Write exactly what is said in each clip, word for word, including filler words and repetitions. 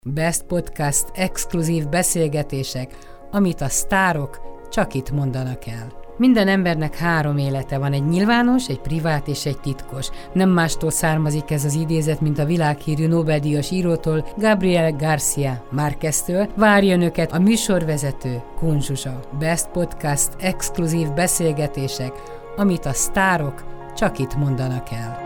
Best Podcast exkluzív beszélgetések, amit a sztárok csak itt mondanak el. Minden embernek három élete van, egy nyilvános, egy privát és egy titkos. Nem mástól származik ez az idézet, mint a világhírű Nobel-díjas írótól, Gabriel García Márqueztől. Várja önöket a műsorvezető, Kun Zsuzsa. Best Podcast exkluzív beszélgetések, amit a sztárok csak itt mondanak el.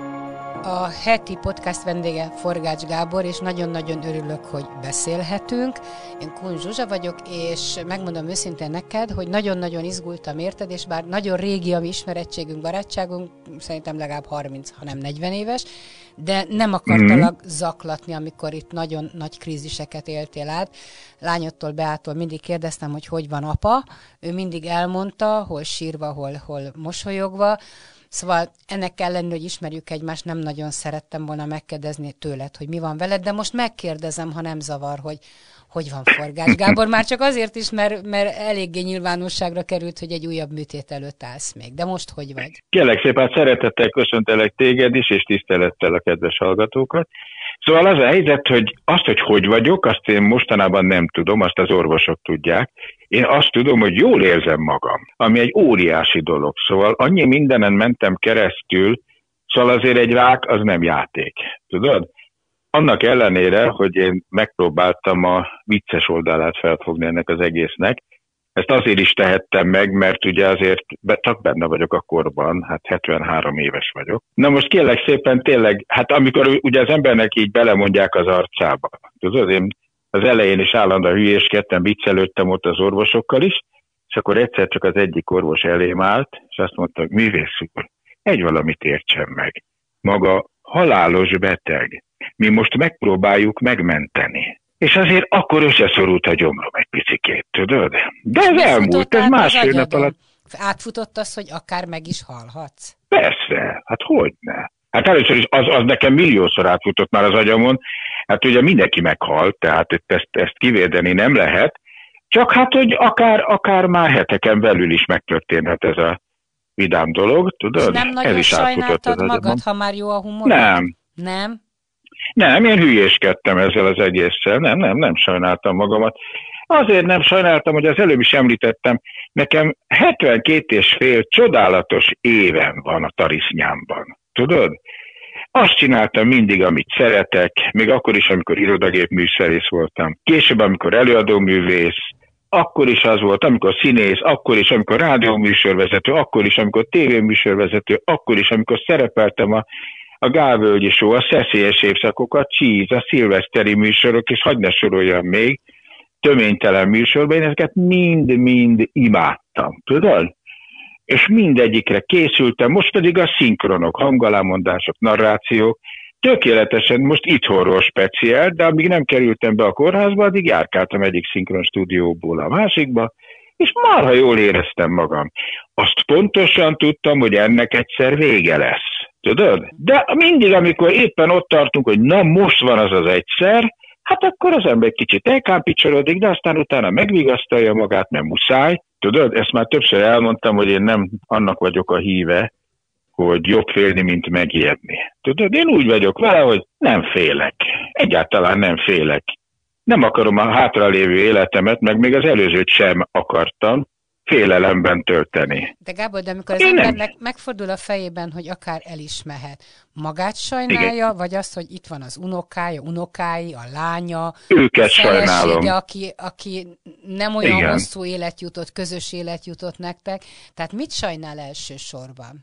A heti podcast vendége Forgács Gábor, és nagyon-nagyon örülök, hogy beszélhetünk. Én Kun Zsuzsa vagyok, és megmondom őszintén neked, hogy nagyon-nagyon izgultam érted, és bár nagyon régi a mi ismerettségünk, barátságunk, szerintem legalább harminc, hanem negyven éves, de nem akartalak mm-hmm. zaklatni, amikor itt nagyon nagy kríziseket éltél át. Lányodtól, Beától mindig kérdeztem, hogy hogy van apa. Ő mindig elmondta, hol sírva, hol, hol mosolyogva. Szóval ennek ellenére, hogy ismerjük egymást, nem nagyon szerettem volna megkérdezni tőled, hogy mi van veled, de most megkérdezem, ha nem zavar, hogy hogy van Forgács Gábor, már csak azért is, mert, mert eléggé nyilvánosságra került, hogy egy újabb műtét előtt állsz még. De most hogy vagy? Kérlek szépen, szeretettel köszöntelek téged is, és tisztelettel a kedves hallgatókat. Szóval az a helyzet, hogy azt, hogy hogy vagyok, azt én mostanában nem tudom, azt az orvosok tudják. Én azt tudom, hogy jól érzem magam, ami egy óriási dolog. Szóval annyi mindenen mentem keresztül, szóval azért egy rák az nem játék. Tudod? Annak ellenére, hogy én megpróbáltam a vicces oldalát felfogni ennek az egésznek, ezt azért is tehettem meg, mert ugye azért csak benne vagyok a korban, hát hetvenhárom éves vagyok. Na most kérlek szépen tényleg, hát amikor ugye az embernek így belemondják az arcába, tudod, én az elején is állandóan hülyéskedtem, viccelődtem ott az orvosokkal is, és akkor egyszer csak az egyik orvos elém állt, és azt mondta, hogy művész úr, egy valamit értsen meg, maga halálos beteg, mi most megpróbáljuk megmenteni. És azért akkor összeszorult a gyomrom egy picikét, tudod? De ez elmúlt, ez másfél nap alatt. Átfutott az, hogy akár meg is halhatsz? Persze, hát hogyne. Hát először is az, az nekem milliószor átfutott már az agyamon, hát ugye mindenki meghalt, tehát ezt, ezt kivédeni nem lehet, csak hát, hogy akár, akár már heteken belül is megtörténhet ez a vidám dolog, tudod? És nem nagyon sajnáltad magad, ha már jó a humor? Nem. Nem? Nem, én hülyéskedtem ezzel az egésszel, nem, nem, nem sajnáltam magamat. Azért nem sajnáltam, hogy az előbb is említettem, nekem hetvenkét és fél csodálatos évem van a tarisznyámban, tudod? Azt csináltam mindig, amit szeretek, még akkor is, amikor irodagépműszerész voltam. Később, amikor előadóművész, akkor is az volt, amikor színész, akkor is, amikor rádióműsorvezető, akkor is, amikor tévéműsorvezető, akkor is, amikor szerepeltem a a Gálvölgyi Show, a Szeszélyes évszakok, a Cheese, a szilveszteri műsorok, és hadd ne soroljam még, töménytelen műsorban, én ezeket mind-mind imádtam, tudod? És mindegyikre készültem, most pedig a szinkronok, hangalámondások, narrációk, tökéletesen most itthonról speciál, de amíg nem kerültem be a kórházba, addig járkáltam egyik szinkron stúdióból a másikba, és marha jól éreztem magam. Azt pontosan tudtam, hogy ennek egyszer vége lesz. Tudod? De mindig, amikor éppen ott tartunk, hogy na most van az az egyszer, hát akkor az ember kicsit elkámpicsorodik, de aztán utána megvigasztalja magát, mert muszáj. Tudod? Ezt már többször elmondtam, hogy én nem annak vagyok a híve, hogy jobb félni, mint megijedni. Tudod? Én úgy vagyok vele, hogy nem félek. Egyáltalán nem félek. Nem akarom a hátralévő életemet, meg még az előzőt sem akartam félelemben tölteni. De Gábor, de amikor az Én embernek nem. megfordul a fejében, hogy akár el is mehet, magát sajnálja, Igen. vagy azt, hogy itt van az unokája, unokái, a lánya, őket a sajnálom. Aki, aki nem olyan Igen. hosszú élet jutott, közös élet jutott nektek. Tehát mit sajnál elsősorban?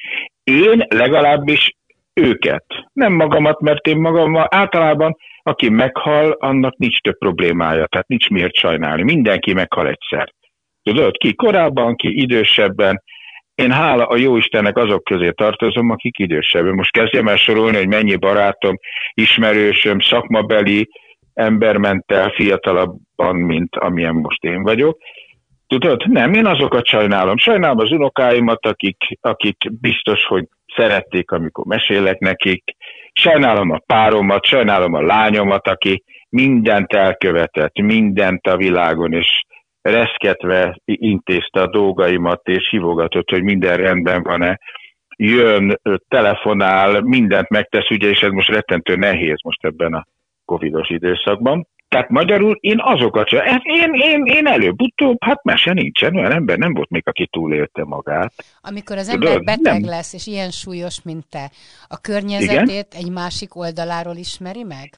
Én legalábbis őket. Nem magamat, mert én magammal általában, aki meghal, annak nincs több problémája, tehát nincs miért sajnálni. Mindenki meghal egyszer. Tudod, ki korábban, ki idősebben. Én hála a Jóistennek azok közé tartozom, akik idősebben. Most kezdjem el sorolni, hogy mennyi barátom, ismerősöm, szakmabeli ember ment el fiatalabban, mint amilyen most én vagyok. Tudod, nem, én azokat sajnálom. Sajnálom az unokáimat, akik, akik biztos, hogy szerették, amikor mesélek nekik. Sajnálom a páromat, sajnálom a lányomat, aki mindent elkövetett, mindent a világon, és reszketve intézte a dolgaimat, és hívogatott, hogy minden rendben van-e. Jön, telefonál, mindent megtesz, ugye, és ez most rettentő nehéz most ebben a covidos időszakban. Tehát magyarul én azokat sem, én, én, én előbb-utóbb, hát mese nincsen, olyan ember nem volt még, aki túlélte magát. Amikor az ember beteg nem. lesz, és ilyen súlyos, mint te, a környezetét igen? egy másik oldaláról ismeri meg?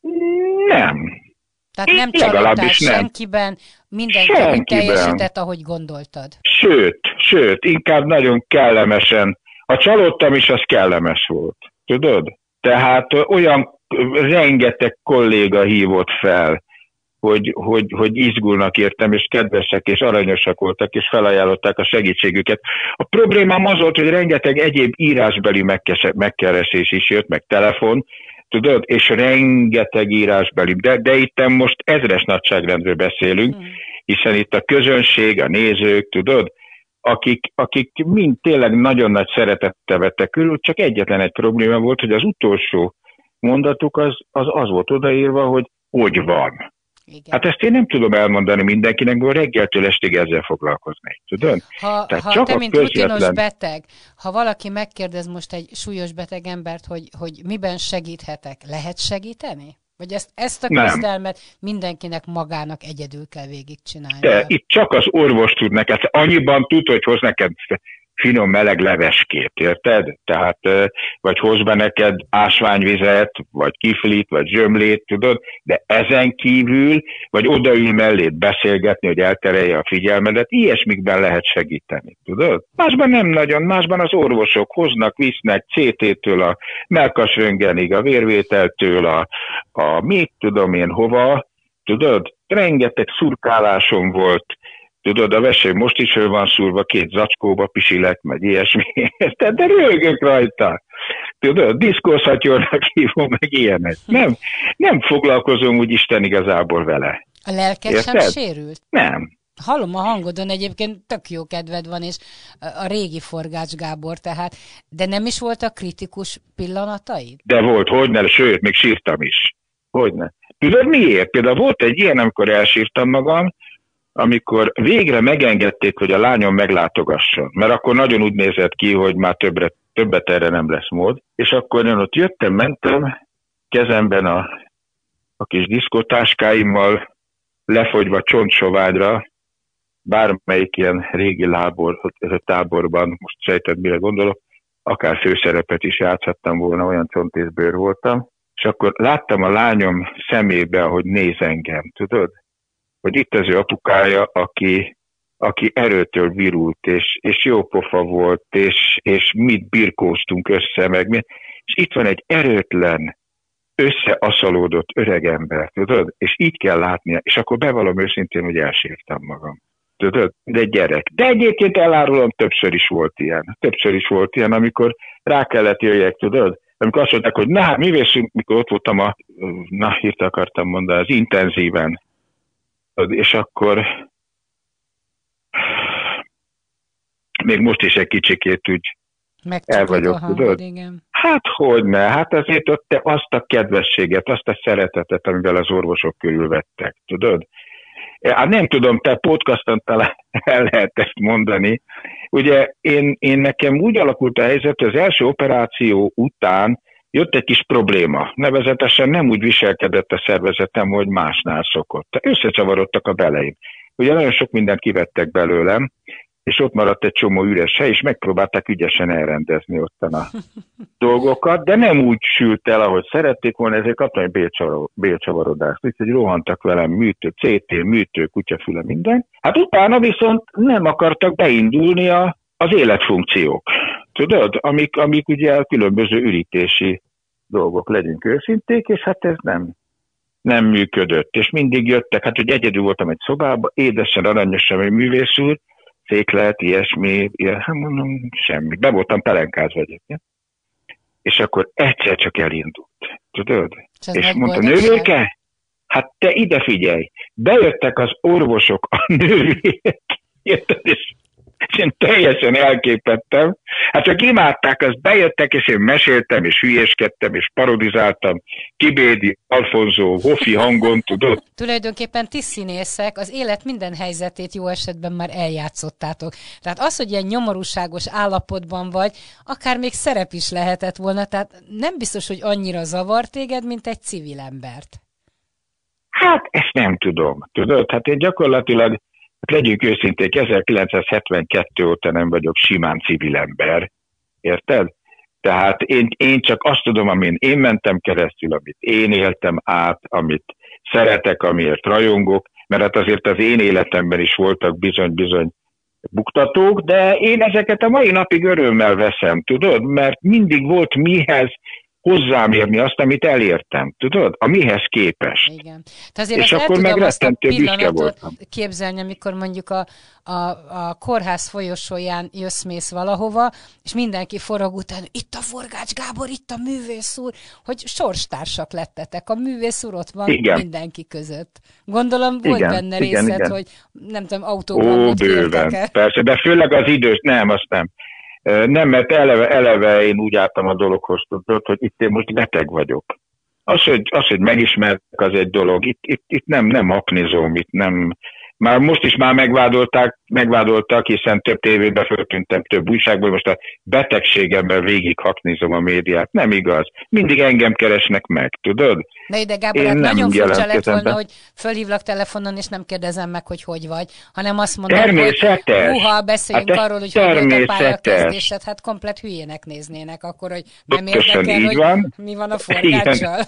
Nem. Tehát nem csalódtál senkiben, mindenki úgy teljesített, ahogy gondoltad. Sőt, sőt, inkább nagyon kellemesen. Ha csalódtam is, az kellemes volt. Tudod? Tehát olyan rengeteg kolléga hívott fel, hogy, hogy, hogy izgulnak értem, és kedvesek, és aranyosak voltak, és felajánlották a segítségüket. A problémám az volt, hogy rengeteg egyéb írásbeli megkeresés is jött, meg telefon, tudod, és rengeteg írásbeli, de, de itt most ezres nagyságrendről beszélünk, hiszen itt a közönség, a nézők, tudod, akik, akik mind tényleg nagyon nagy szeretettel vettek körül, csak egyetlen egy probléma volt, hogy az utolsó mondatuk az az, az volt odaírva, hogy hogy van. Igen. Hát ezt én nem tudom elmondani mindenkinek, mert reggeltől estig ezzel foglalkozni, tudod? Ha, ha csak te, mint közvetlen... rutinos beteg, ha valaki megkérdez most egy súlyos beteg embert, hogy, hogy miben segíthetek, lehet segíteni? Vagy ezt, ezt a küzdelmet mindenkinek magának egyedül kell végigcsinálni? De itt csak az orvos tud neked, annyiban tud, hogy hoz neked finom meleg leveskét, érted? Tehát, vagy hoz be neked ásványvizet, vagy kiflit, vagy zsömlét, tudod? De ezen kívül, vagy odaül melléd beszélgetni, hogy elterelje a figyelmedet, ilyesmikben lehet segíteni, tudod? Másban nem nagyon, másban az orvosok hoznak, visznek cé té-től a mellkasröntgenig, a vérvételtől a, a mit tudom én hova, tudod? Rengeteg szurkálásom volt, tudod, a vesely most is ő van szúrva, két zacskóba pisilek, meg ilyesmi. De, de rögök rajta. Tudod, diszkószatyornak hívom, meg ilyenek. Nem, nem foglalkozom úgy Isten igazából vele. A lelked sem sérült? Nem. Hallom a hangodon, egyébként tök jó kedved van, és a régi Forgács Gábor, tehát, de nem is voltak kritikus pillanataid? De volt, hogyne, sőt, még sírtam is. Hogyne. Tudod miért? Például volt egy ilyen, amikor elsírtam magam, amikor végre megengedték, hogy a lányom meglátogasson, mert akkor nagyon úgy nézett ki, hogy már többre, többet erre nem lesz mód, és akkor én ott jöttem, mentem, kezemben a, a kis diszkótáskáimmal, lefogyva csontsoványra, bármelyik ilyen régi lábor, táborban, most sejted, mire gondolok, akár főszerepet is játszhattam volna, olyan csontészbőr voltam, és akkor láttam a lányom szemébe, ahogy néz engem, tudod? Hogy itt az ő apukája, aki, aki erőtől virult, és, és jó pofa volt, és, és mit birkóztunk össze, meg mi. És itt van egy erőtlen, összeaszalódott öreg ember, tudod? És így kell látnia, és akkor bevallom őszintén, hogy elsírtam magam. Tudod? De gyerek. De egyébként elárulom, többször is volt ilyen. Többször is volt ilyen, amikor rá kellett jöjjek, tudod? Amikor azt mondták, hogy na, hát mi vészünk, mikor ott voltam a, na, hírt akartam mondani, az intenzíven. És akkor még most is egy kicsikét úgy el vagyok, tudod? Igen. Hát hogyne, hát azért ott te azt a kedvességet, azt a szeretetet, amivel az orvosok körülvettek, tudod? Hát nem tudom, te podcaston talán el lehet ezt mondani. Ugye én, én nekem úgy alakult a helyzet, hogy az első operáció után jött egy kis probléma. Nevezetesen nem úgy viselkedett a szervezetem, hogy másnál szokott. Összecsavarodtak a beleim. Ugye nagyon sok mindent kivettek belőlem, és ott maradt egy csomó üres hely, és megpróbálták ügyesen elrendezni ottan a dolgokat, de nem úgy sült el, ahogy szerették volna, ezért kaptam egy bélcsavarodást. Úgyhogy rohantak velem műtő, cé té, műtő, kutyafüle, minden. Hát utána viszont nem akartak beindulni a, az életfunkciók. Tudod, amik, amik ugye a különböző ürítési dolgok, legyünk őszinték, és hát ez nem, nem működött. És mindig jöttek, hát hogy egyedül voltam egy szobában, édesen, aranyosan, egy művész úr, széklet, ilyesmi, ilyen, hát mondom, semmi. Be voltam pelenkázva egyébként. És akkor egyszer csak elindult, tudod? És, és mondta, nővérke, hát te ide figyelj, bejöttek az orvosok, a nővérek, és és én teljesen elképettem. Hát csak imádták, azt bejöttek, és én meséltem, és hülyéskedtem, és parodizáltam. Kibédi, Alfonso, Hoffi hangon, tudod? Tulajdonképpen ti színészek az élet minden helyzetét jó esetben már eljátszottátok. Tehát az, hogy ilyen nyomorúságos állapotban vagy, akár még szerep is lehetett volna, tehát nem biztos, hogy annyira zavar téged, mint egy civil embert. Hát ezt nem tudom, tudod? Hát én gyakorlatilag, hát legyünk őszinték, ezerkilencszázhetvenkettő óta nem vagyok simán civil ember, érted? Tehát én, én csak azt tudom, amin én mentem keresztül, amit én éltem át, amit szeretek, amiért rajongok, mert hát azért az én életemben is voltak bizony-bizony buktatók, de én ezeket a mai napig örömmel veszem, tudod? Mert mindig volt mihez hozzám érni azt, amit elértem, tudod? A mihez képest. Igen. Te azért és azt akkor el meg tudom azt a rettentő büszke pillanatot voltam. képzelni, amikor mondjuk a, a, a kórház folyosóján jössz-mész valahova, és mindenki forog után, itt a Forgács Gábor, itt a művész úr, hogy sorstársak lettetek. A művész úr ott van igen. mindenki között. Gondolom volt igen, benne részed, igen, igen. hogy nem tudom, autogramot kértek-e? Persze, de főleg az idős, nem, azt nem. Nem, mert eleve, eleve én úgy álltam a dologhoz, tudod, hogy itt én most beteg vagyok. Az, hogy, az, hogy megismertek, az egy dolog. Itt, itt, itt nem, nem haknizom, itt nem... Már most is már megvádolták, megvádoltak, hiszen több tévében föltűntem, több újságból, most a betegségemben végig haknizom a médiát. Nem igaz. Mindig engem keresnek meg, tudod? Na ide Gábor, hát nagyon furcsa lett volna, hogy fölhívlak telefonon, és nem kérdezem meg, hogy hogy vagy, hanem azt mondom, hogy húha, beszéljünk hát arról, hogy hogy volt a pályakezdésed, hát komplet hülyének néznének akkor, hogy nem érdekel, hogy van. mi van a Forgáccsal.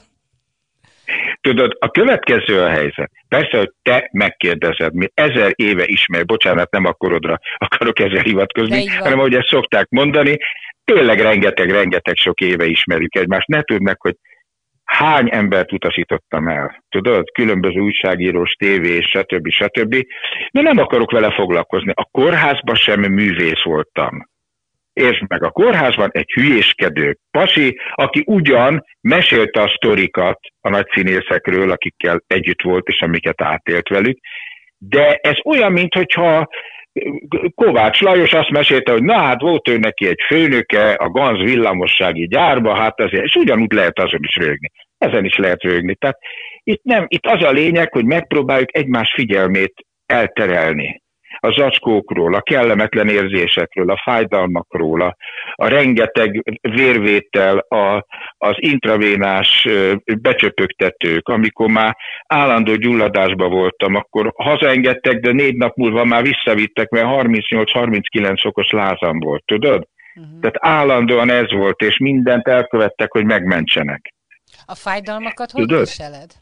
Tudod, a következő a helyzet. Persze, hogy te megkérdezed, mi ezer éve ismer, bocsánat, nem akkorodra akarok ezzel hivatkozni, hanem ahogy ezt szokták mondani, tényleg rengeteg-rengeteg sok éve ismerjük egymást. Ne tudd meg, hogy hány embert utasítottam el, tudod, különböző újságírós, tévés, stb. stb. De nem akarok vele foglalkozni. A kórházban sem művész voltam. Értsd meg, a kórházban egy hülyéskedő pasi, aki ugyan mesélte a sztorikat a nagy színészekről, akikkel együtt volt, és amiket átélt velük, de ez olyan, mintha Kovács Lajos azt mesélte, hogy na hát volt ő neki egy főnöke a Ganz villamossági gyárba, hát azért, és ugyanúgy lehet azon is rögni. Ezen is lehet rögni. Tehát itt nem, itt az a lényeg, hogy megpróbáljuk egymás figyelmét elterelni. A zacskókról, a kellemetlen érzésekről, a fájdalmakról, a, a rengeteg vérvétel, a, az intravénás becsöpögtetők, amikor már állandó gyulladásban voltam, akkor hazaengedtek, de négy nap múlva már visszavittek, mert harmincnyolc-harminckilenc fokos lázam volt, tudod? Uh-huh. Tehát állandóan ez volt, és mindent elkövettek, hogy megmentsenek. A fájdalmakat hogy viseled?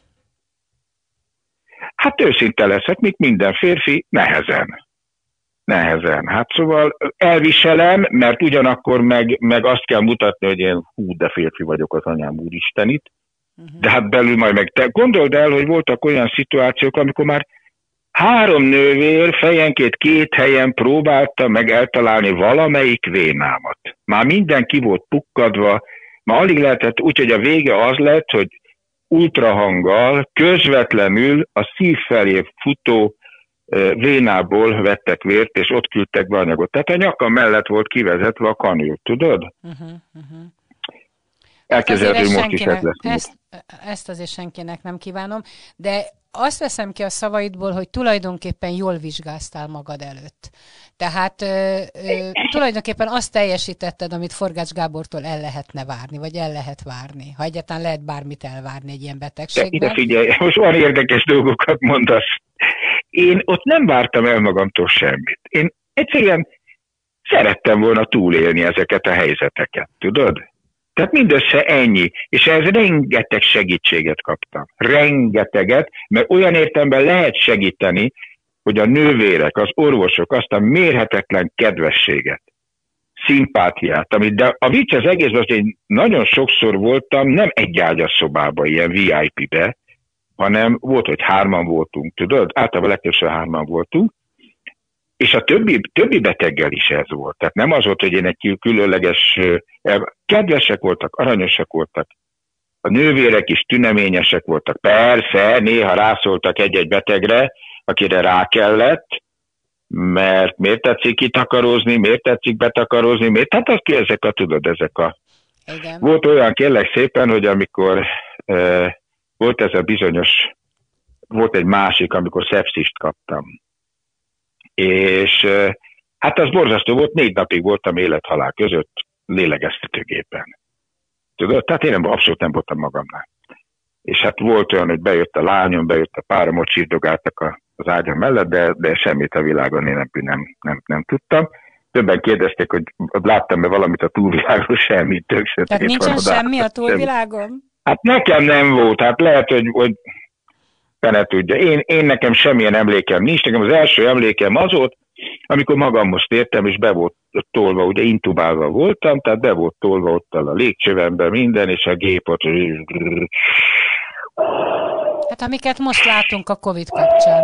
Hát őszinte leszek, mint minden férfi, nehezen. Nehezen. Hát szóval elviselem, mert ugyanakkor meg, meg azt kell mutatni, hogy én hú, de férfi vagyok, az anyám úristenit. Uh-huh. De hát belül majd meg te. Gondold el, hogy voltak olyan szituációk, amikor már három nővér fejenként két helyen próbálta meg eltalálni valamelyik vénámat. Már mindenki volt pukkadva, már alig lehetett, úgyhogy a vége az lett, hogy ultrahanggal közvetlenül a szív felé futó vénából vettek vért, és ott küldtek be anyagot. Tehát a nyaka mellett volt kivezetve a kanül, tudod? Uh-huh, uh-huh. Elképzelhető, hogy most is ez lesz. Ezt, ezt azért senkinek nem kívánom, de azt veszem ki a szavaidból, hogy tulajdonképpen jól vizsgáztál magad előtt. Tehát ö, ö, tulajdonképpen azt teljesítetted, amit Forgács Gábortól el lehetne várni, vagy el lehet várni, ha egyáltalán lehet bármit elvárni egy ilyen betegségben. De ide figyelj, most olyan érdekes dolgokat mondasz. Én ott nem vártam el magamtól semmit. Én egyszerűen szerettem volna túlélni ezeket a helyzeteket, tudod? Tehát mindössze ennyi, és ez rengeteg segítséget kaptam. Rengeteget, mert olyan értelemben lehet segíteni, hogy a nővérek, az orvosok azt a mérhetetlen kedvességet, szimpátiát, amit, de a vicc az egész, hogy én nagyon sokszor voltam, nem egy ágyas szobában, ilyen vé i pé-be, hanem volt, hogy hárman voltunk, tudod? Általában legtöbbször hárman voltunk, és a többi, többi beteggel is ez volt. Tehát nem az volt, hogy én egy különleges, kedvesek voltak, aranyosak voltak. A nővérek is tüneményesek voltak. Persze, néha rászóltak egy-egy betegre, akire rá kellett, mert miért tetszik kitakarózni, miért tetszik betakarózni, miért? Tehát azt ezek a, tudod, ezek a... Igen. Volt olyan, kérlek szépen, hogy amikor e, volt ez a bizonyos, volt egy másik, amikor szepszist kaptam. És e, hát az borzasztó volt, négy napig voltam élet-halál között lélegeztetőgépen. Tudod? Tehát én nem, abszolút nem voltam magamnál. és hát volt olyan, hogy bejött a lányom, bejött a párom, ott sírdogáltak az ágyam mellett, de, de semmit a világon én nem, nem, nem, nem tudtam. Többen kérdezték, hogy láttam-e valamit a túlvilágon, semmit, tök sötét. Tehát nincsen semmi a túlvilágon? Semmi. Hát nekem nem volt, hát lehet, hogy, hogy fene tudja. Én, én nekem semmilyen emlékem nincs, nekem az első emlékem az volt, amikor magamhoz tértem, és be volt tolva, ugye intubálva voltam, tehát be volt tolva ott a légcsövemben minden, és a gép ott... Hát amiket most látunk a Covid kapcsán.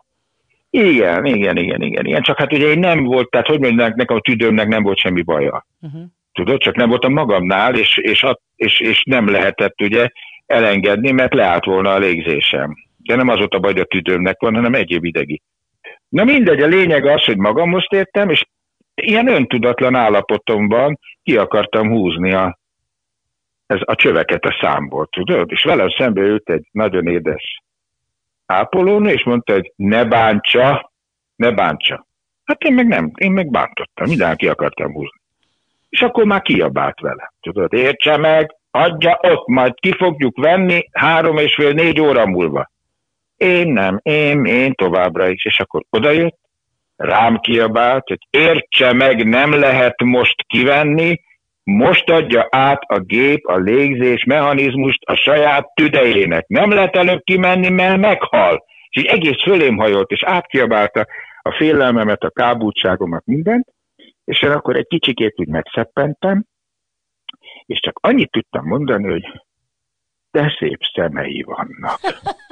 Igen, igen, igen, igen, igen. Csak hát ugye én nem volt, tehát hogy mondják, nekem a tüdőmnek nem volt semmi baja. Uh-huh. Tudod, csak nem voltam magamnál, és, és, és, és nem lehetett ugye elengedni, mert leállt volna a légzésem. De nem az volt a baj, hogy a tüdőmnek van, hanem egyéb idegi. Na mindegy, a lényeg az, hogy magamhoz tértem, és ilyen öntudatlan állapotomban ki akartam húzni a, ez a csöveket a számból, tudod? És velem szembe ült egy nagyon édes ápolónő, és mondta, hogy ne bántsa, ne bántsa. Hát én meg nem, én meg bántottam, mindent ki akartam húzni. És akkor már kiabált vele. Tudod, értse meg, adja ott, majd ki fogjuk venni három és fél, négy óra múlva. Én nem, én, én továbbra is. És akkor odajött, rám kiabált, hogy értse meg, nem lehet most kivenni, most adja át a gép a légzés mechanizmust a saját tüdejének. Nem lehet előbb kimenni, mert meghal. És így egész fölém hajolt, és átkiabálta a félelmemet, a kábultságomat, mindent, és én akkor egy kicsikét úgy megszeppentem, és csak annyit tudtam mondani, hogy de szép szemei vannak.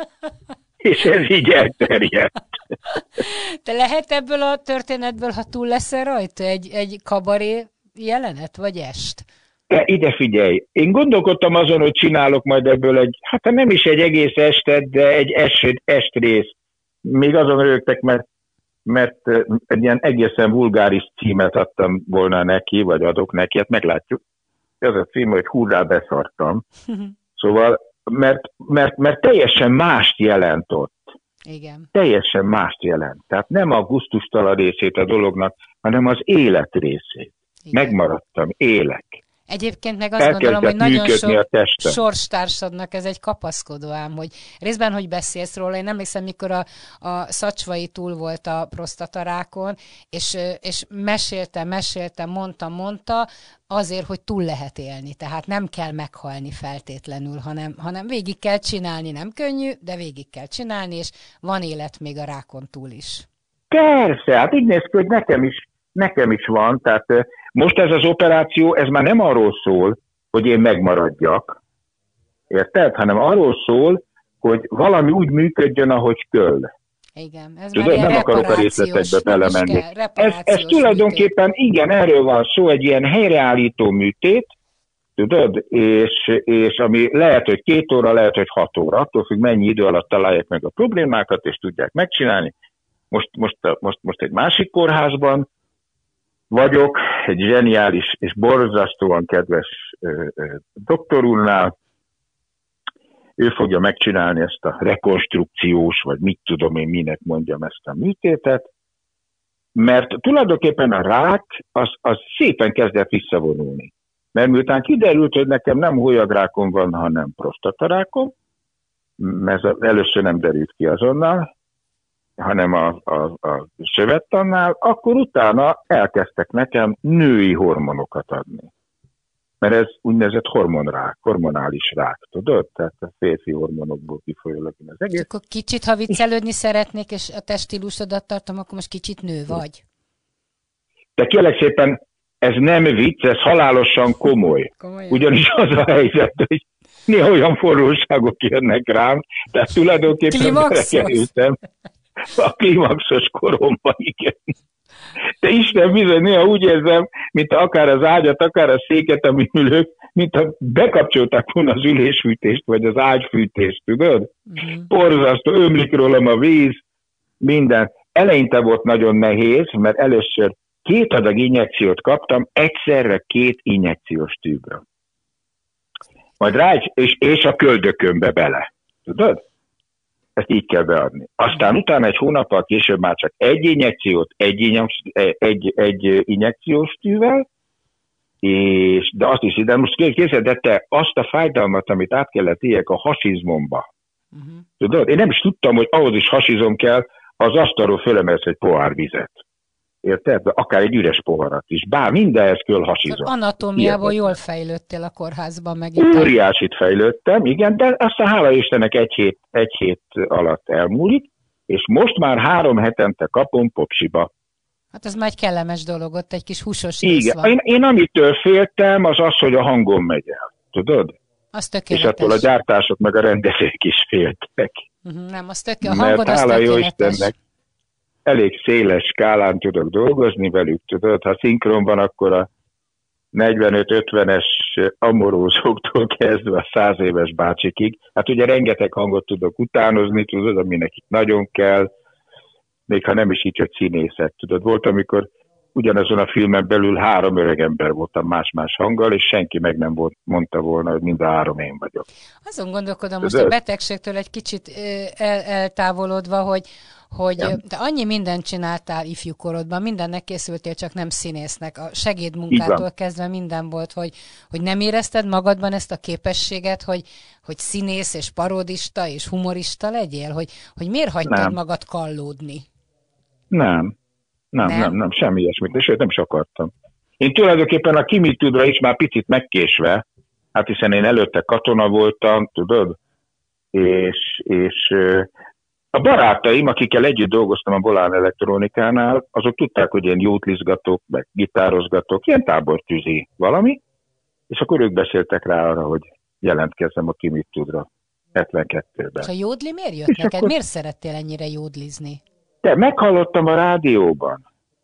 És ez így elterjedt. De lehet ebből a történetből, ha túl leszel rajta, egy, egy kabaré jelenet, vagy est? De ide figyelj, én gondolkodtam azon, hogy csinálok majd ebből egy, hát nem is egy egész estet, de egy est, estrész. Még azon rögtek, mert, mert egy ilyen egészen vulgáris címet adtam volna neki, vagy adok neki, hát meglátjuk. Ez a cím, hogy hurrá beszartam. Szóval, mert, mert, mert teljesen mást jelent ott. Igen. Teljesen mást jelent. Tehát nem a gusztustalan részét a dolognak, hanem az élet részét. Igen. Megmaradtam, élek. Egyébként meg azt Elkezdett gondolom, hogy nagyon sok a sorstársadnak ez egy kapaszkodó ám, hogy részben, hogy beszélsz róla, én emlékszem, mikor a, a Szacsvai túl volt a prostatarákon, és, és mesélte, mesélte, mondta, mondta, azért, hogy túl lehet élni. Tehát nem kell meghalni feltétlenül, hanem, hanem végig kell csinálni, nem könnyű, de végig kell csinálni, és van élet még a rákon túl is. Persze, hát így néz ki, hogy nekem is Nekem is van, tehát most ez az operáció, ez már nem arról szól, hogy én megmaradjak, érted? Hanem arról szól, hogy valami úgy működjön, ahogy kell. Igen, ez Tudod, nem akarok a részletekbe belemenni. Ez, ez tulajdonképpen, műtét. Igen, erről van szó, egy ilyen helyreállító műtét, tudod, és, és ami lehet, hogy két óra, lehet, hogy hat óra, attól függ, mennyi idő alatt találják meg a problémákat, és tudják megcsinálni. Most, most, most, most egy másik kórházban vagyok, egy zseniális és borzasztóan kedves ö, ö, doktor úrnál. Ő fogja megcsinálni ezt a rekonstrukciós, vagy mit tudom én, minek mondjam ezt a műtétet, mert tulajdonképpen a rák az, az szépen kezdett visszavonulni. Mert miután kiderült, hogy nekem nem hólyagrákom van, hanem prostatarákom, ez először nem derült ki azonnal, hanem a, a, a szövettannál, akkor utána elkezdtek nekem női hormonokat adni. Mert ez úgynevezett hormonrák, hormonális rák, tudod? Tehát a férfi hormonokból kifolyólag az egész. Akkor kicsit, ha viccelődni szeretnék, és a teststílusodat tartom, akkor most kicsit nő vagy. De kérlek szépen, ez nem vicc, ez halálosan komoly. Komolyan. Ugyanis az a helyzet, hogy néha olyan forróságok jönnek rám, tehát tulajdonképpen belekerültem a klímaxos koromban, igen. De Isten bizony, néha úgy érzem, mint akár az ágyat, akár a széket, amin ülök, mint ha bekapcsolták volna az ülésfűtést, vagy az ágyfűtést, tudod? Mm-hmm. Borzasztó, ömlik rólam a víz, minden. Eleinte volt nagyon nehéz, mert először két adag injekciót kaptam, egyszerre két injekciós tűbről. Majd rá, és, és a köldökömbe bele, tudod? Ezt így kell beadni. Aztán utána egy hónappal később már csak egy injekciót, egy, injek, egy, egy injekciós tűvel, és, de azt is, de most képzeld, de te azt a fájdalmat, amit át kellett éljek a hasizmomba, uh-huh. tudod? Én nem is tudtam, hogy ahhoz is hasizom kell, ha az asztalról fölemelsz egy pohár vizet. Érted? Akár egy üres poharat is. Bár mindenhez kell hasizom. Anatómiából jól fejlődtél a kórházban meg. Óriásit fejlődtem, igen, de aztán hála Istennek egy hét, egy hét alatt elmúlik, és most már három hetente kapom popsiba. Hát ez már egy kellemes dolog, ott egy kis húsos rész igen. van. Én, én amitől féltem, az az, hogy a hangom megy el. Tudod? Az tökéletes. És attól a gyártások meg a rendezők is féltek. Uh-huh, nem, az tökéletes. A hangod Mert az hála jó tökéletes. Istennek elég széles skálán tudok dolgozni velük, tudod? Ha szinkron van, akkor a negyvenöt-ötvenes amorózóktól kezdve a száz éves bácsikig. Hát ugye rengeteg hangot tudok utánozni, tudod, ami nekik nagyon kell, még ha nem is így, hogy színészet, tudod. Volt, amikor ugyanazon a filmen belül három öreg ember voltam más-más hanggal, és senki meg nem volt, mondta volna, hogy mind a három én vagyok. Azon gondolkodom most a betegségtől egy kicsit el, eltávolodva, hogy, hogy ja. te annyi mindent csináltál ifjúkorodban, mindennek készültél, csak nem színésznek. A segédmunkától kezdve minden volt, hogy, hogy nem érezted magadban ezt a képességet, hogy, hogy színész és parodista és humorista legyél? Hogy, hogy miért hagytad nem. magad kallódni? Nem. Nem, nem, nem, nem, semmi ilyesmit, és nem is akartam. Én tulajdonképpen a Ki mit tudra is már picit megkésve, hát hiszen én előtte katona voltam, tudod, és, és a barátaim, akikkel együtt dolgoztam a Volán Elektronikánál, azok tudták, hogy én jótlizgatok, meg gitározgatok, ilyen tábortűzi valami, és akkor ők beszéltek rá arra, hogy jelentkezzem a Ki mit tudra hetvenkettőben. És a jódli miért jött és neked? Akkor... Miért szerettél ennyire jódlizni? De meghallottam a rádióban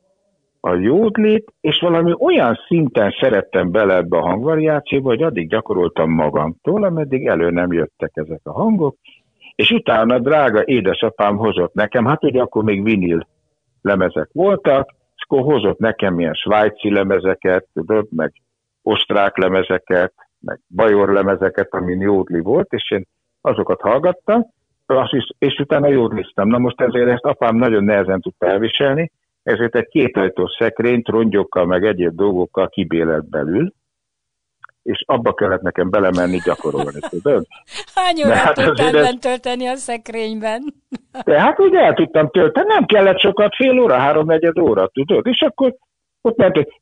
a jódlit, és valami olyan szinten szerettem bele ebbe a hangvariációba, hogy addig gyakoroltam magamtól, ameddig elő nem jöttek ezek a hangok, és utána drága édesapám hozott nekem, hát ugye akkor még vinil lemezek voltak, és akkor hozott nekem ilyen svájci lemezeket, tudod, meg osztrák lemezeket, meg bajor lemezeket, amin jódli volt, és én azokat hallgattam, Is, és utána jódliztam. Na most ezért ezt apám nagyon nehezen tudta elviselni, ezért egy kétajtós szekrényt rongyokkal meg egyéb dolgokkal kibélelt belül, és abba kellett nekem belemenni gyakorolni, tudod? Hány órát hát tudtál bent tölteni a szekrényben? De hát úgy el tudtam tölteni, nem kellett sokat, fél óra, háromnegyed óra, tudod? És akkor ott ment, hogy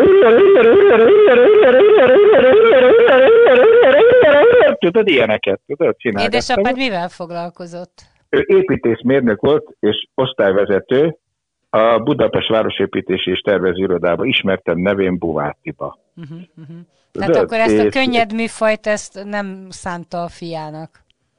tudod, ilyeneket, tudod, csinálgattam. Édesapád mivel foglalkozott? Ő építészmérnök volt, és osztályvezető a Budapest Városépítési és Tervező Irodában, ismertem nevén Buvátiba. Uh-huh, uh-huh. Tehát akkor ezt a könnyed műfajt ezt nem szánta a fiának?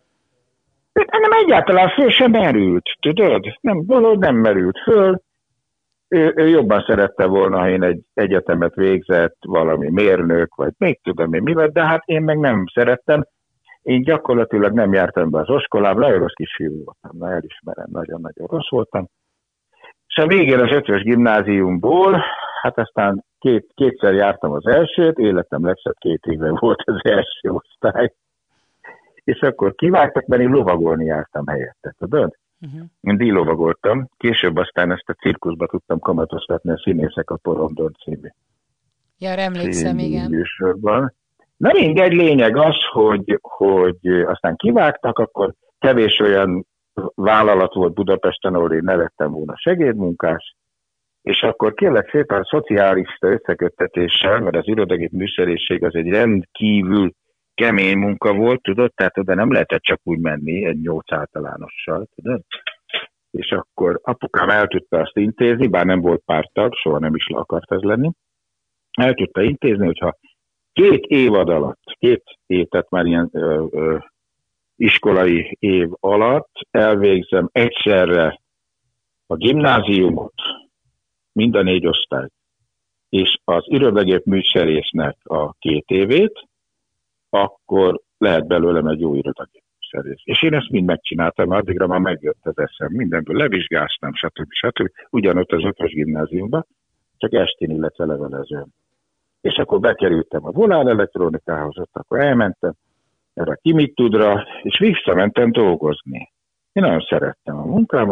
Nem, egyáltalán föl sem merült, tudod? Nem, valahogy nem merült föl. Ő, ő jobban szerette volna, ha én egy egyetemet végzett, valami mérnök, vagy még tudom én mivel, de hát én meg nem szerettem. Én gyakorlatilag nem jártam be az oskolába, nagyon rossz kisfiú voltam, na elismerem, nagyon-nagyon rossz voltam. És a végén az ötös gimnáziumból, hát aztán két, kétszer jártam az elsőt, életem legszebb két éve volt az első osztály. És akkor kivágtak, mert én lovagolni jártam helyette, tudod? Uh-huh. Én díjlovagoltam, később aztán ezt a cirkuszba tudtam kamatoztatni a Színészek a Porondon című. Ja, emlékszem, igen. Műsorban. Na mindegy, lényeg az, hogy, hogy aztán kivágtak, akkor kevés olyan vállalat volt Budapesten, ahol én nevettem volna segédmunkás, és akkor kérlek szépen a szociálista összeköttetéssel, mert az irodagép műszerészség az egy rendkívül kemény munka volt, tudod, tehát oda nem lehetett csak úgy menni egy nyolc általánossal, tudod? És akkor apukám el tudta azt intézni, bár nem volt pártag, soha nem is akart ez lenni, el tudta intézni, hogyha két évad alatt, két év, tehát már ilyen ö, ö, iskolai év alatt elvégzem egyszerre a gimnáziumot, mind a négy osztályt, és az irodagép műszerésznek a két évét, akkor lehet belőlem egy jó irodagép műszerész. És én ezt mind megcsináltam, addigra már megjött az eszem, mindenből levizsgáztam, stb. stb. Ugyanott az ötös gimnáziumban, csak estén, illetve levelezőn. És akkor bekerültem a Volán Elektronikához, ott akkor elmentem, erre Ki mit tudra, és visszamentem dolgozni. Én nagyon szerettem a munkámat,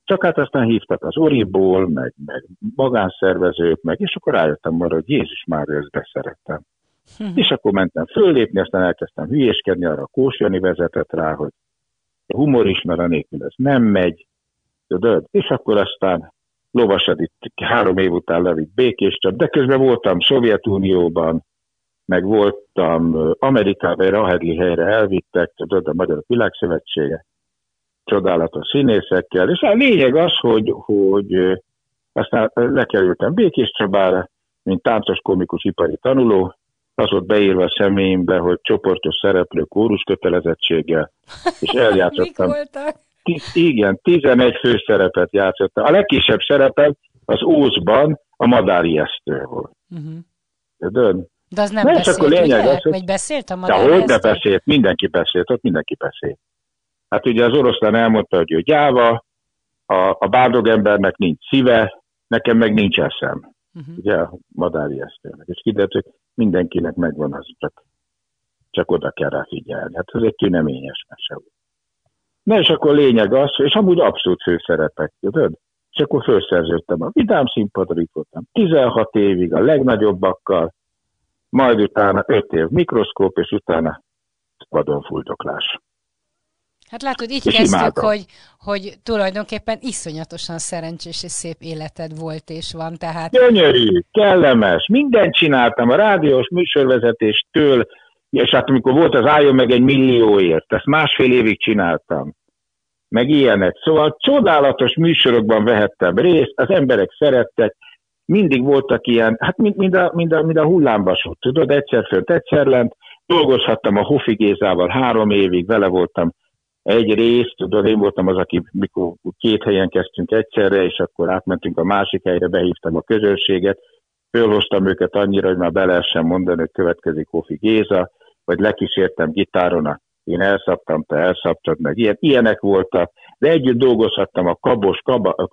Csak hát aztán hívtak az Oriból, meg, meg magánszervezők, meg, és akkor rájöttem arra, hogy Jézus már ezt beszerettem. És akkor mentem föllépni, aztán elkezdtem hülyéskedni, arra a Kós Jani vezetett rá, hogy a humor is, mert a nélkül ez nem megy, tudod? És akkor aztán Lovasad itt három év után levitt Békés Csaba, de közben voltam Szovjetunióban, meg voltam Amerikában, Rahedli helyre elvittek, tudod, a Magyar Világszövetsége, csodálatos színészekkel, és a lényeg az, hogy, hogy aztán lekerültem Békés Csabára, mint táncos komikus ipari tanuló, az volt beírva a személyembe, hogy csoportos szereplő kórus kötelezettséggel, és eljátszottam. Tiz, igen, tizenegy főszerepet játszottam. A legkisebb szerepem az Ózban a madárijesztő volt. Uh-huh. De, De az nem beszélt, akkor lényeg az, hogy... Vagy beszélt a madárijesztő? De hogy ne beszélt, mindenki beszélt, ott mindenki beszélt. Hát ugye az oroszlán elmondta, hogy ő gyáva, a, a bárdog embernek nincs szíve, nekem meg nincs eszem. Uh-huh. Ugye a madárijesztőnek. És kiderült, hogy mindenkinek megvan az, csak, csak oda kell rá figyelni. Hát ez egy tüneményes mese volt. Na és akkor lényeg az, és amúgy abszolút főszerepek, tudod? És akkor fölszerződtem a Vidám Színpadra, itt voltam tizenhat évig a legnagyobbakkal, majd utána öt év mikroszkóp, és utána vadonfuldoklás. Hát látod, így és kezdtük, hogy, hogy tulajdonképpen iszonyatosan szerencsés és szép életed volt és van, tehát... Gyönyörű, kellemes, mindent csináltam, a rádiós műsorvezetéstől, és hát amikor volt az Álljon meg egy millióért, ezt másfél évig csináltam, meg ilyenek. Szóval csodálatos műsorokban vehettem részt, az emberek szerettek, mindig voltak ilyen, hát mind, mind, a, mind, a, mind a hullámvasút, tudod, egyszer fönt, egyszer lent, dolgozhattam a Hofi Gézával három évig, vele voltam egy részt, tudod, én voltam az, aki mikor két helyen kezdtünk egyszerre, és akkor átmentünk a másik helyre, behívtam a közönséget, fölhoztam őket annyira, hogy már be lehessen mondani, hogy következik Hofi Géza, vagy lekísértem gitáron, a én elszabtam, te elszabtad, meg ilyen, ilyenek voltak, de együtt dolgozhattam a Kabos, Kaba,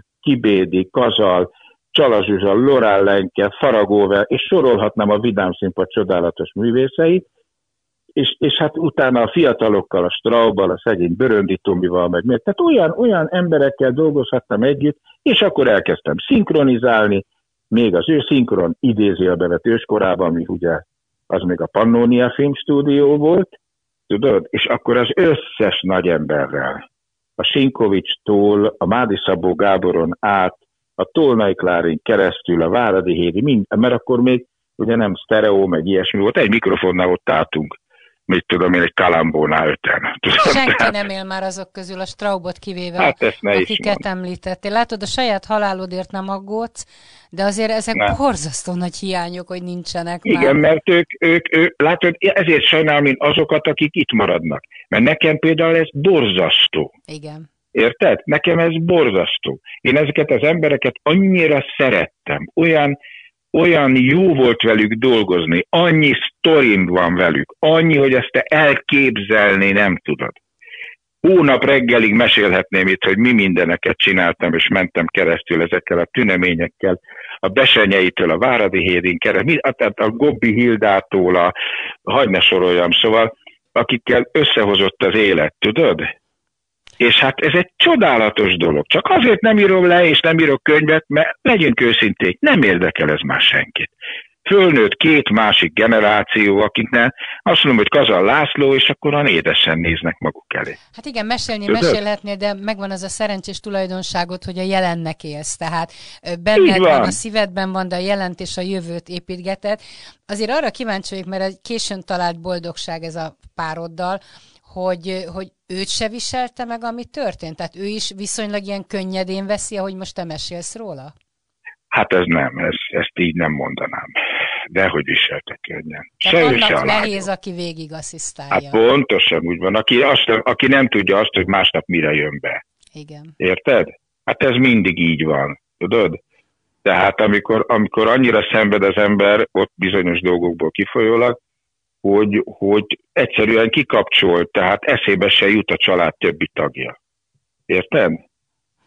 Kibédi, Kazal, Csala Zsuzsa, Lorán Lenke, Faragóvel, és sorolhatnám a Vidám Színpad csodálatos művészeit, és, és hát utána a fiatalokkal, a Straubbal, a szegény Böröndi Tomival, meg miért. Tehát olyan, olyan emberekkel dolgozhattam együtt, és akkor elkezdtem szinkronizálni, még az ő szinkron idézőjelbevet őskorában, ami ugye az még a Pannonia Filmstúdió volt, tudod? És akkor az összes nagy emberrel, a Sinkovicstól, a Mádi Szabó Gáboron át, a Tolnai Klárin keresztül, a Váradi Hédi, mind, mert akkor még ugye nem sztereó, meg ilyesmi volt, egy mikrofonnál ott álltunk, mit tudom én, egy Kalambónál öten. Tudom, senki tehát... nem él már azok közül, a Straubot kivéve, hát akiket említettél. Látod, a saját halálodért nem aggódsz, de azért ezek nem. Borzasztó nagy hiányok, hogy nincsenek igen, már. Igen, mert ők, ők, ők, látod, ezért sajnálom én azokat, akik itt maradnak. Mert nekem például ez borzasztó. Igen. Érted? Nekem ez borzasztó. Én ezeket az embereket annyira szerettem, olyan, olyan jó volt velük dolgozni, annyi sztorim van velük, annyi, hogy ezt te elképzelni nem tudod. Hónap reggelig mesélhetném itt, hogy mi mindeneket csináltam, és mentem keresztül ezekkel a tüneményekkel, a Besenyeitől, a Váradi Hédin keresztül, tehát a Gobbi Hildától, a, hadd ne soroljam, szóval, akikkel összehozott az élet, tudod? És hát ez egy csodálatos dolog. Csak azért nem írom le, és nem írok könyvet, mert legyünk őszinték, nem érdekel ez már senkit. Fölnőtt két másik generáció, akiknek azt mondom, hogy Kazal László, és akkor olyan édesen néznek maguk elé. Hát igen, mesélni Tudod? mesélhetnél, de megvan az a szerencsés tulajdonságot, hogy a jelennek élsz. Tehát benned van. van, a szívedben van, de a jelent és a jövőt építgeted. Azért arra kíváncsi vagyok, mert egy későn talált boldogság ez a pároddal, hogy, hogy őt se viselte meg, ami történt? Tehát ő is viszonylag ilyen könnyedén veszi, ahogy most te mesélsz róla? Hát ez nem, ez, ezt így nem mondanám. De hogy viselte könnyen. Tehát annak nehéz, aki végig asszisztálja. Hát pontosan úgy van. Aki, azt, aki nem tudja azt, hogy másnap mire jön be. Igen. Érted? Hát ez mindig így van. Tudod? Tehát amikor, amikor annyira szenved az ember, ott bizonyos dolgokból kifolyólag, hogy, hogy egyszerűen kikapcsol, tehát eszébe se jut a család többi tagja. Érted?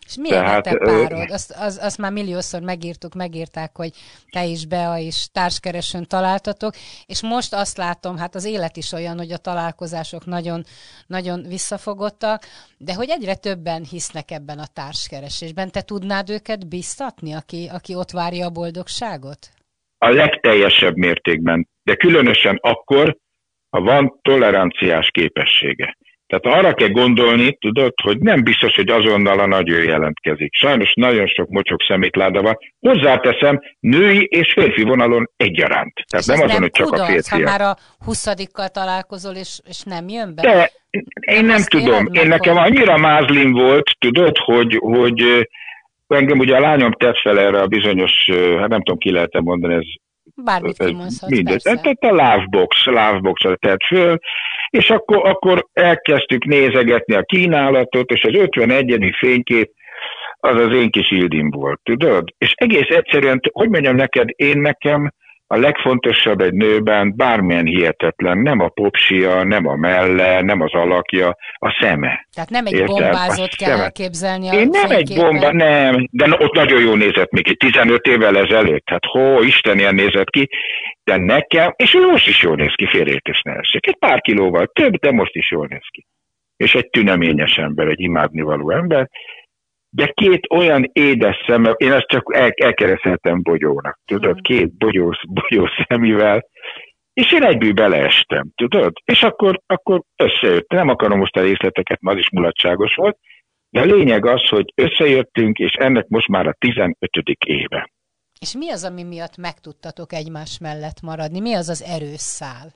És milyen Tehát, a te párod? Azt, az, azt már milliószor megírtuk, megírták, hogy te is, Bea is társkeresőn találtatok, és most azt látom, hát az élet is olyan, hogy a találkozások nagyon, nagyon visszafogottak, de hogy egyre többen hisznek ebben a társkeresésben. Te tudnád őket biztatni, aki, aki ott várja a boldogságot? A legteljesebb mértékben, de különösen akkor, ha van toleranciás képessége. Tehát arra kell gondolni, tudod, hogy nem biztos, hogy azonnal a nagy ő jelentkezik. Sajnos nagyon sok mocsok szemétláda van. Hozzáteszem, női és férfi vonalon egyaránt. Tehát nem azon, nem hogy csak kudarc, a férfiak. Ha már a huszadikkal találkozol, és, és nem jön be? De én nem, nem tudom. Én nekem annyira mázlim volt, tudod, hogy, hogy engem ugye a lányom tett fel erre a bizonyos, hát nem tudom, ki lehet mondani, ez bármit kimondhatsz, persze. Tehát a Lovebox, Lovebox-ra tett föl, és akkor, akkor elkezdtük nézegetni a kínálatot, és az ötvenegyedik fénykép az az én kis Ildim volt, tudod? És egész egyszerűen, hogy mondjam neked, én nekem a legfontosabb egy nőben bármilyen hihetetlen, nem a popsia, nem a melle, nem az alakja, a szeme. Tehát nem egy érted? Bombázót kell szeme. Elképzelni a Én nem fényképen. Egy bomba, nem, de ott nagyon jól nézett még, tizenöt évvel ezelőtt, hát hó, Isten ilyen nézett ki, de nekem, és ő most is jól néz ki, félreértés ne essék, egy pár kilóval több, de most is jól néz ki. És egy tüneményes ember, egy imádnivaló ember, de két olyan édes szeme, én ezt csak el, elkereszeltem bogyónak, tudod, mm. két bogyó, bogyó szemével, és én egyből beleestem, tudod, és akkor, akkor összejött. Nem akarom most a részleteket, mert az is mulatságos volt, de a lényeg az, hogy összejöttünk, és ennek most már a tizenötödik éve. És mi az, ami miatt meg tudtatok egymás mellett maradni? Mi az az erős szál?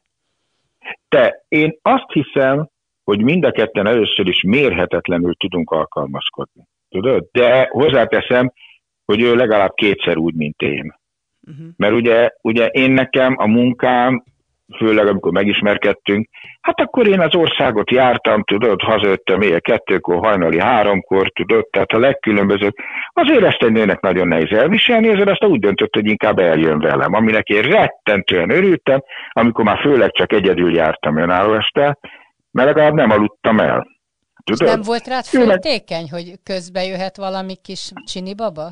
Te, én azt hiszem, hogy mind a ketten először is mérhetetlenül tudunk alkalmazkodni. Tudod? De hozzáteszem, hogy ő legalább kétszer úgy, mint én. Uh-huh. Mert ugye, ugye én nekem a munkám, főleg amikor megismerkedtünk, hát akkor én az országot jártam, tudod, hazajöttem éjjel kettőkor, hajnali háromkor, tudod, tehát a legkülönbözőbb. Azért ezt egy nőnek nagyon nehéz elviselni, ezért azt úgy döntött, hogy inkább eljön velem, aminek én rettentően örültem, amikor már főleg csak egyedül jártam önálló este, mert legalább nem aludtam el. Tudod? Nem volt rád féltékeny, hogy közbe jöhet valami kis csinibaba?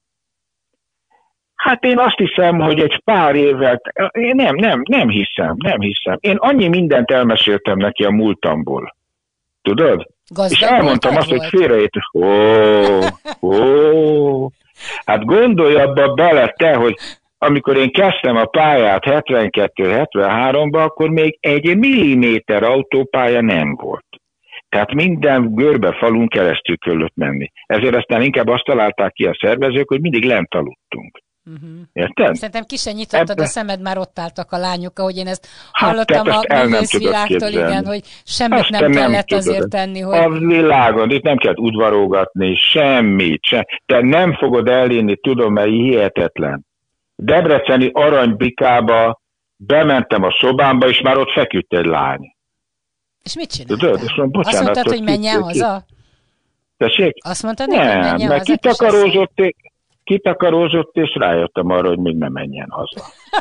Hát én azt hiszem, hogy egy pár évvel, én nem, nem, nem hiszem, nem hiszem. Én annyi mindent elmeséltem neki a múltamból. Tudod? Gazdag és elmondtam azt, volt? Hogy félreért. Ó, ó. Hát gondolj abba bele te, hogy amikor én kezdtem a pályát hetvenkettő hetvenháromban, akkor még egy milliméter autópálya nem volt. Tehát minden görbe falun keresztül kellett menni. Ezért aztán inkább azt találták ki a szervezők, hogy mindig lent aludtunk. Uh-huh. Érted? Szerintem ki sem nyitottad Ebbe... a szemed, már ott álltak a lányok, ahogy én ezt hallottam hát, a művészvilágtól, igen, hogy semmit azt nem kellett nem azért tenni. Hogy... A világon, itt nem kellett udvarogatni, semmit. Sem. Te nem fogod elérni, tudom, mert hihetetlen. Debreceni Aranybikába bementem a szobámba, és már ott feküdt egy lány. És mit csináltál? Tudod, és mondom, azt mondtad, hogy menjen haza? Tessék? Azt mondtad, hogy menjen haza? Nem, kitakarózott, kitakarózott, és rájöttem arra, hogy még nem menjen haza.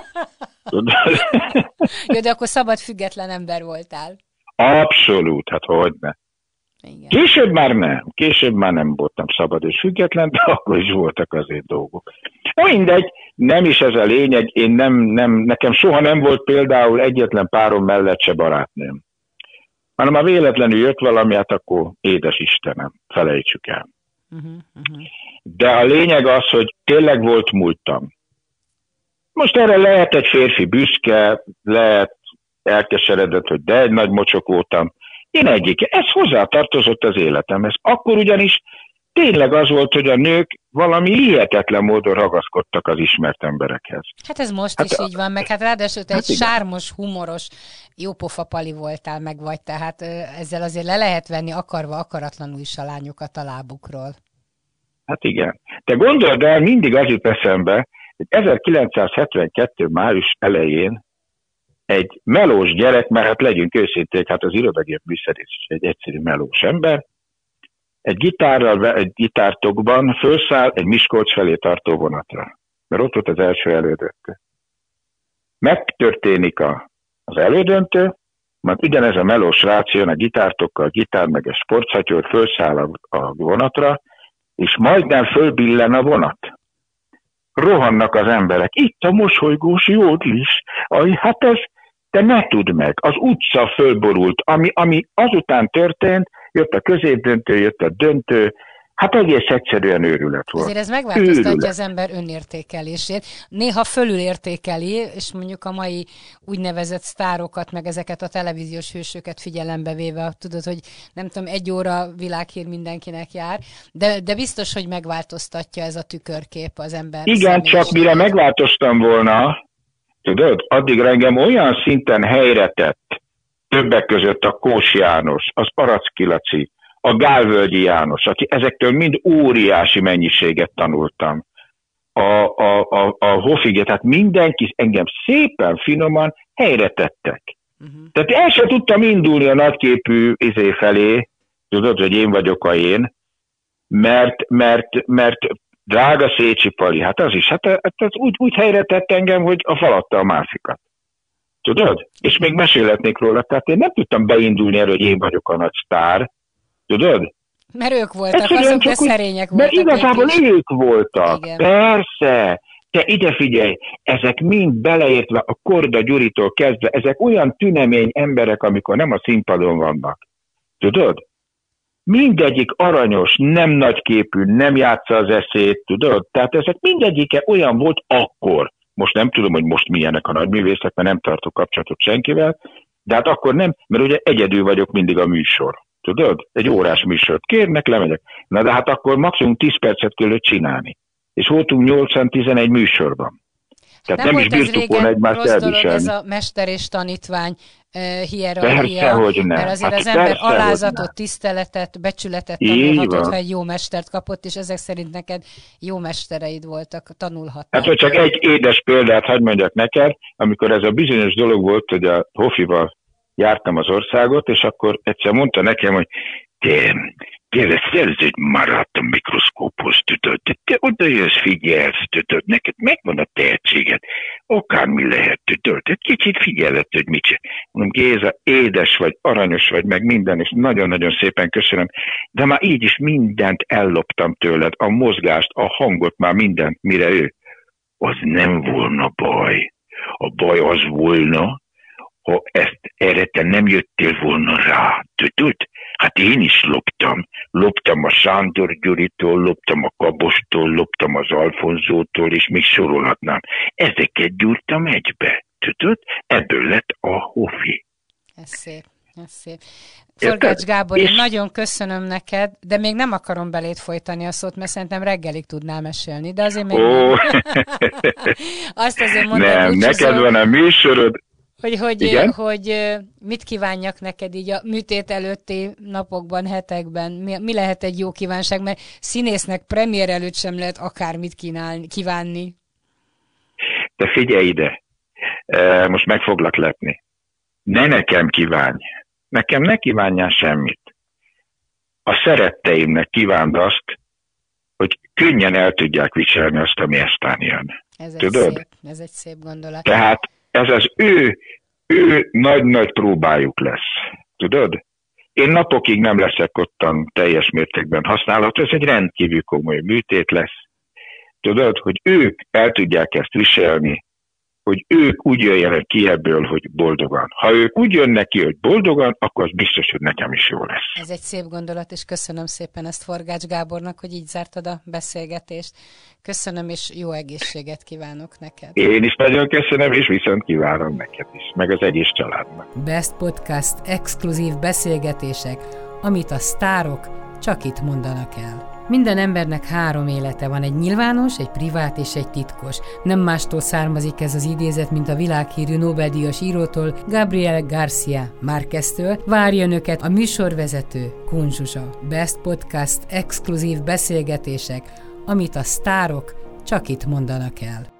Jó, de akkor szabad, független ember voltál. Abszolút, hát hogyne. Igen. Később már nem, később már nem voltam szabad és független, de akkor is voltak azért dolgok. Mindegy, nem is ez a lényeg, én nem, nem, nekem soha nem volt például egyetlen párom mellett se barátnőm. Hanem ha véletlenül jött valami, hát akkor édes Istenem, felejtsük el. Uh-huh, uh-huh. De a lényeg az, hogy tényleg volt múltam. Most erre lehet egy férfi büszke, lehet elkeseredett, hogy de egy nagy mocsok voltam. Én egyik. Ez hozzátartozott az életemhez. Akkor ugyanis tényleg az volt, hogy a nők valami hihetetlen módon ragaszkodtak az ismert emberekhez. Hát ez most hát is a... így van, meg hát ráadásul te hát egy igen. sármos, humoros, jópofa pali voltál, meg vagy, tehát ezzel azért le lehet venni akarva, akaratlanul is a lányokat a lábukról. Hát igen. Te gondold el, mindig az jut eszembe, hogy ezerkilencszázhetvenkettő május elején egy melós gyerek, mert hát legyünk őszinték, hát az irodagép műszerész is egy egyszerű melós ember, egy gitárral, egy gitártokban felszáll egy Miskolc felé tartó vonatra. Mert ott volt az első elődöntő. Megtörténik a, az elődöntő, majd ugyanez a melós srác jön a gitártokkal, gitár meg egy sportszatyor, felszáll a, a vonatra, és majdnem fölbillen a vonat. Rohannak az emberek. Itt a mosolygós jódlis. Aj, hát ez, te ne tudd meg. Az utca fölborult. Ami, ami azután történt, jött a középdöntő, jött a döntő, hát egész egyszerűen őrület volt. Azért ez megváltoztatja őrület. Az ember önértékelését. Néha fölülértékeli, és mondjuk a mai úgynevezett sztárokat, meg ezeket a televíziós hősöket figyelembe véve, tudod, hogy nem tudom, egy óra világhír mindenkinek jár, de, de biztos, hogy megváltoztatja ez a tükörkép az ember. Igen, csak mire megváltoztam volna, tudod, addigra engem olyan szinten helyre tett, többek között a Kós János, az Aracki Laci, a Gálvölgyi János, aki ezektől mind óriási mennyiséget tanultam. A, a, a, a Hofige, tehát mindenki engem szépen, finoman helyre tettek. Uh-huh. Tehát el sem tudtam indulni a nagyképű izé felé, tudod, hogy én vagyok a én, mert, mert, mert drága Szécsi Pali, hát az is, hát az úgy, úgy helyre tett engem, hogy a falattal mászikat. Tudod? És még mesélhetnék róla, tehát én nem tudtam beindulni erről, hogy én vagyok a nagy sztár, tudod? Mert ők voltak, egyszerűen azok, de szerények voltak. Mert igazából ők, ők voltak. Igen. Persze. Te ide figyelj, ezek mind beleértve a Korda Gyuritól kezdve, ezek olyan tünemény emberek, amikor nem a színpadon vannak. Tudod? Mindegyik aranyos, nem nagyképű, nem játsza az eszét, tudod? Tehát ezek mindegyike olyan volt akkor. Most nem tudom, hogy most milyenek a nagyművészek, mert nem tartok kapcsolatot senkivel, de hát akkor nem, mert ugye egyedül vagyok mindig a műsor. Tudod? Egy órás műsort kérnek, lemegyek. Na de hát akkor maximum tíz percet kellett csinálni. És voltunk nyolcvan-tizenegy műsorban. Tehát nem, nem is bírtuk volna egymást elviselni. Ez a mester és tanítvány uh, hierarchia, persze, hogy nem. Mert azért hát az ember persze, alázatot, tiszteletet, becsületet tanulhatott, ha egy jó mestert kapott, és ezek szerint neked jó mestereid voltak, tanulhattál. Hát, hogy csak egy édes példát hadd mondjak neked, amikor ez a bizonyos dolog volt, hogy a Hofival jártam az országot, és akkor egyszer mondta nekem, hogy te, gyere, szerzz egy marat a mikroszkóphoz, tudod, te oda jössz, figyelsz, tudod, neked megvan a tehetséged, akármi lehet, tudod, egy kicsit figyeled, hogy mit csinál. Mondom, Géza, édes vagy, aranyos vagy, meg minden, és nagyon-nagyon szépen köszönöm, de már így is mindent elloptam tőled, a mozgást, a hangot, már mindent, mire ő. Az nem volna baj. A baj az volna, ha ezt, erre te nem jöttél volna rá, tudod? Hát én is loptam. Loptam a Sándor Gyuritól, loptam a Kabostól, loptam az Alfonzótól, és még sorolhatnám. Ezeket gyúrtam egybe, tudod? Ebből lett a Hofi. Ez szép, ez szép. Forgács Gábor, én nagyon köszönöm neked, de még nem akarom beléd folytani a szót, mert szerintem reggelig tudnál mesélni, de azért még Ó. Azt azért mondom, nem, úgy neked szó... van a műsorod. Hogy, hogy, hogy mit kívánjak neked így a műtét előtti napokban, hetekben? Mi, mi lehet egy jó kívánság? Mert színésznek premier előtt sem lehet akármit kínálni, kívánni. Te figyelj ide, most meg foglak lepni. Ne nekem kívánj. Nekem ne kívánjál semmit. A szeretteimnek kívánd azt, hogy könnyen el tudják viselni azt, ami eztán jön. Ez egy, Tudod? Szép, ez egy szép gondolat. Tehát ez az ő, ő nagy-nagy próbájuk lesz. Tudod? Én napokig nem leszek ottan teljes mértékben használható, ez egy rendkívül komoly műtét lesz. Tudod, hogy ők el tudják ezt viselni, hogy ők úgy jöjjenek ki ebből, hogy boldogan. Ha ők úgy jönnek ki, hogy boldogan, akkor az biztos, hogy nekem is jó lesz. Ez egy szép gondolat, és köszönöm szépen ezt Forgács Gábornak, hogy így zártad a beszélgetést. Köszönöm, és jó egészséget kívánok neked. Én is nagyon köszönöm, és viszont kívánom neked is, meg az egész családnak. Best Podcast exkluzív beszélgetések, amit a sztárok csak itt mondanak el. Minden embernek három élete van, egy nyilvános, egy privát és egy titkos. Nem mástól származik ez az idézet, mint a világhírű Nobel-díjas írótól, Gabriel García Márqueztől. Várja önöket a műsorvezető, Kun Zsuzsa. Best Podcast exkluzív beszélgetések, amit a sztárok csak itt mondanak el.